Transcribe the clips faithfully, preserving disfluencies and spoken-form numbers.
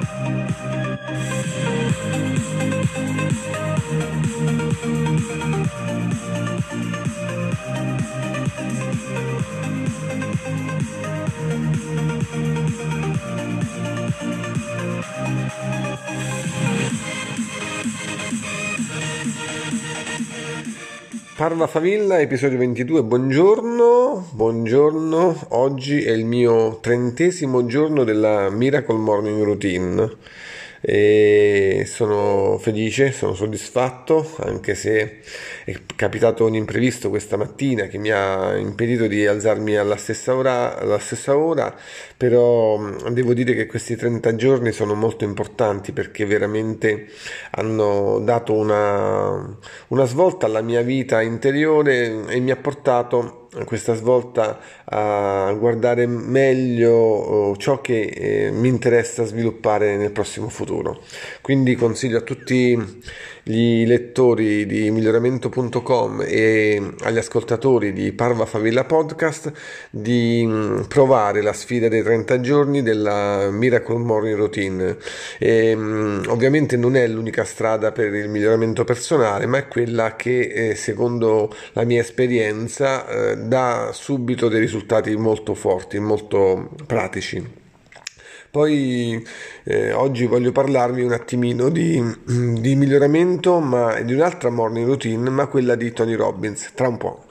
Parva Favilla, episodio ventidue, buongiorno, buongiorno, oggi è il mio trentesimo giorno della Miracle Morning Routine e sono felice, sono soddisfatto, anche se è capitato un imprevisto questa mattina che mi ha impedito di alzarmi alla stessa ora, alla stessa ora, però devo dire che questi trenta giorni sono molto importanti perché veramente hanno dato una, una svolta alla mia vita interiore e mi ha portato questa svolta a guardare meglio ciò che eh, mi interessa sviluppare nel prossimo futuro. Quindi consiglio a tutti gli lettori di miglioramento punto com e agli ascoltatori di Parva Favilla Podcast di provare la sfida dei trenta giorni della Miracle Morning Routine. E, ovviamente non è l'unica strada per il miglioramento personale, ma è quella che eh, secondo la mia esperienza eh, dà subito dei risultati molto forti, molto pratici. Poi eh, oggi voglio parlarvi un attimino di, di miglioramento, ma di un'altra morning routine, ma quella di Tony Robbins, tra un po'.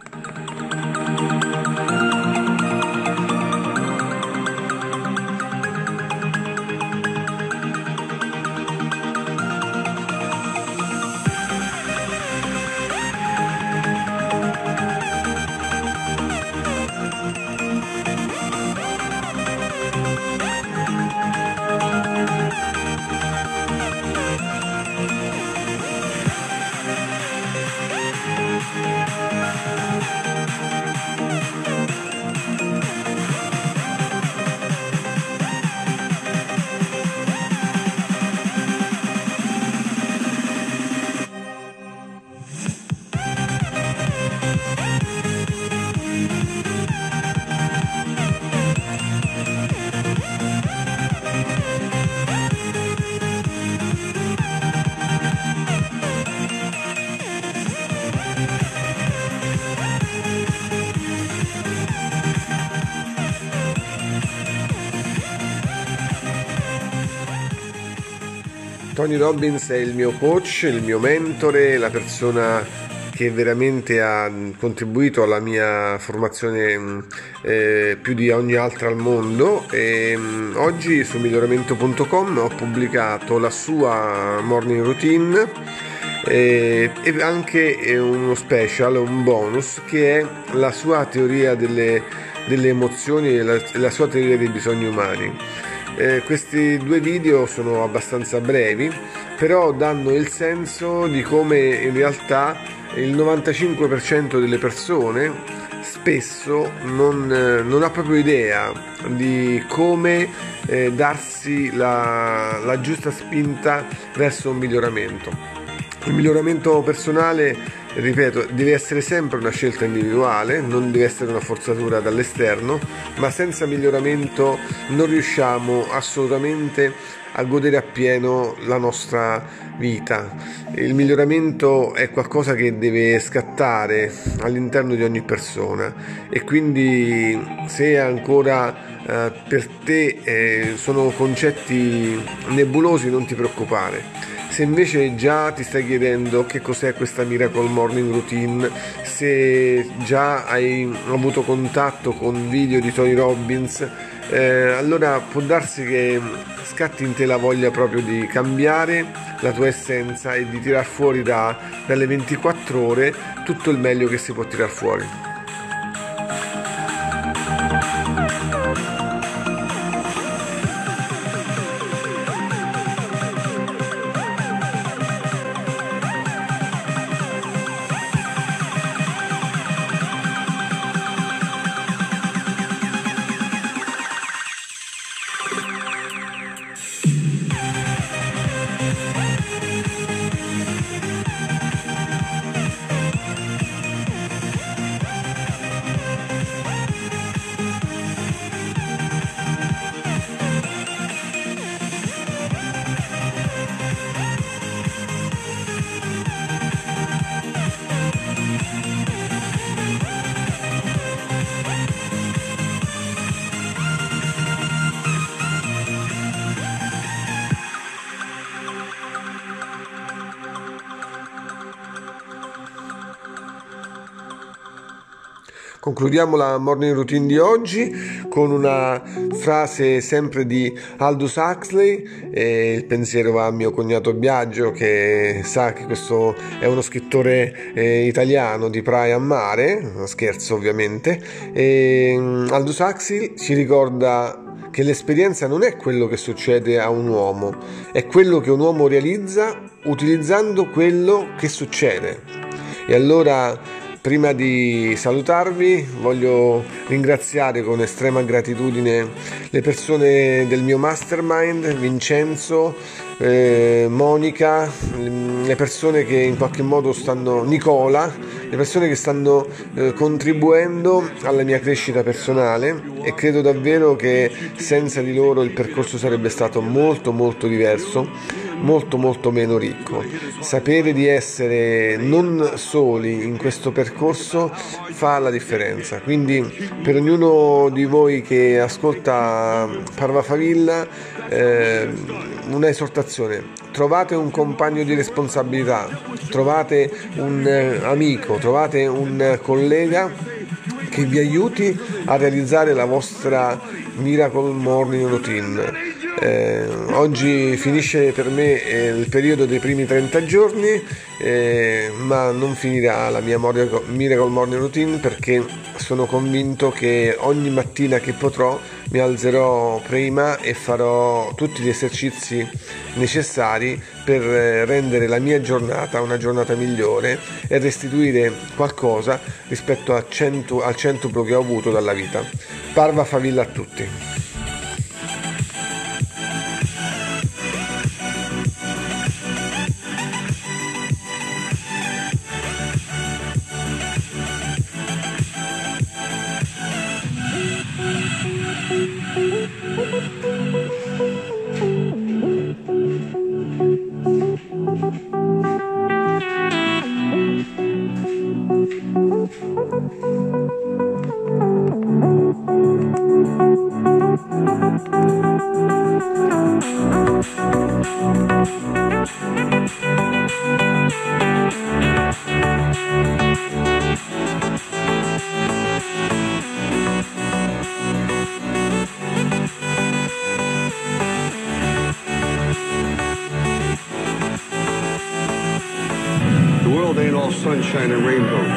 Tony Robbins è il mio coach, il mio mentore, la persona che veramente ha contribuito alla mia formazione eh, più di ogni altra al mondo e mh, oggi su miglioramento punto com ho pubblicato la sua morning routine eh, e anche eh, uno special, un bonus che è la sua teoria delle, delle emozioni e la, la sua teoria dei bisogni umani. Eh, questi due video sono abbastanza brevi, però danno il senso di come in realtà il novantacinque per cento delle persone spesso non, eh, non ha proprio idea di come eh, darsi la, la giusta spinta verso un miglioramento. Il miglioramento personale, ripeto, deve essere sempre una scelta individuale, non deve essere una forzatura dall'esterno, ma senza miglioramento non riusciamo assolutamente a godere appieno la nostra vita. Il miglioramento è qualcosa che deve scattare all'interno di ogni persona e quindi se ancora eh, per te eh, sono concetti nebulosi non ti preoccupare. Se invece già ti stai chiedendo che cos'è questa Miracle Morning Routine, se già hai avuto contatto con video di Tony Robbins, eh, allora può darsi che scatti in te la voglia proprio di cambiare la tua essenza e di tirar fuori da, dalle ventiquattro ore tutto il meglio che si può tirar fuori. Concludiamo la morning routine di oggi con una frase sempre di Aldous Huxley, e il pensiero va a mio cognato Biagio, che sa che questo è uno scrittore eh, italiano di praia a mare, scherzo ovviamente. E, um, Aldous Huxley ci ricorda che l'esperienza non è quello che succede a un uomo, è quello che un uomo realizza utilizzando quello che succede. E allora, prima di salutarvi, voglio ringraziare con estrema gratitudine le persone del mio mastermind, Vincenzo, eh, Monica, le persone che in qualche modo stanno, Nicola, le persone che stanno eh, contribuendo alla mia crescita personale, e credo davvero che senza di loro il percorso sarebbe stato molto molto diverso, molto molto meno ricco. Sapere di essere non soli in questo percorso fa la differenza, quindi per ognuno di voi che ascolta Parva Favilla, eh, una esortazione: trovate un compagno di responsabilità, trovate un eh, amico, trovate un collega che vi aiuti a realizzare la vostra Miracle Morning Routine. Eh, oggi finisce per me eh, il periodo dei primi trenta giorni, eh, ma non finirà la mia Miracle Morning Routine, perché sono convinto che ogni mattina che potrò mi alzerò prima e farò tutti gli esercizi necessari per rendere la mia giornata una giornata migliore e restituire qualcosa rispetto al cento, al centuplo che ho avuto dalla vita. Parva Favilla a tutti. The world ain't all sunshine and rainbows.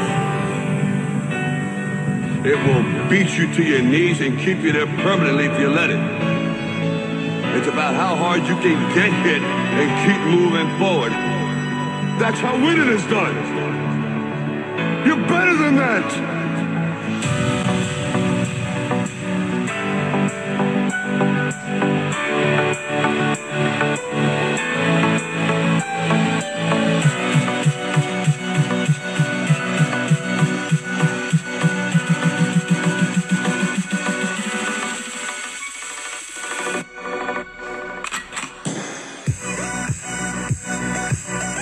It will beat you to your knees and keep you there permanently if you let it. It's about how hard you can get hit and keep moving forward. That's how winning is done. You're better than that.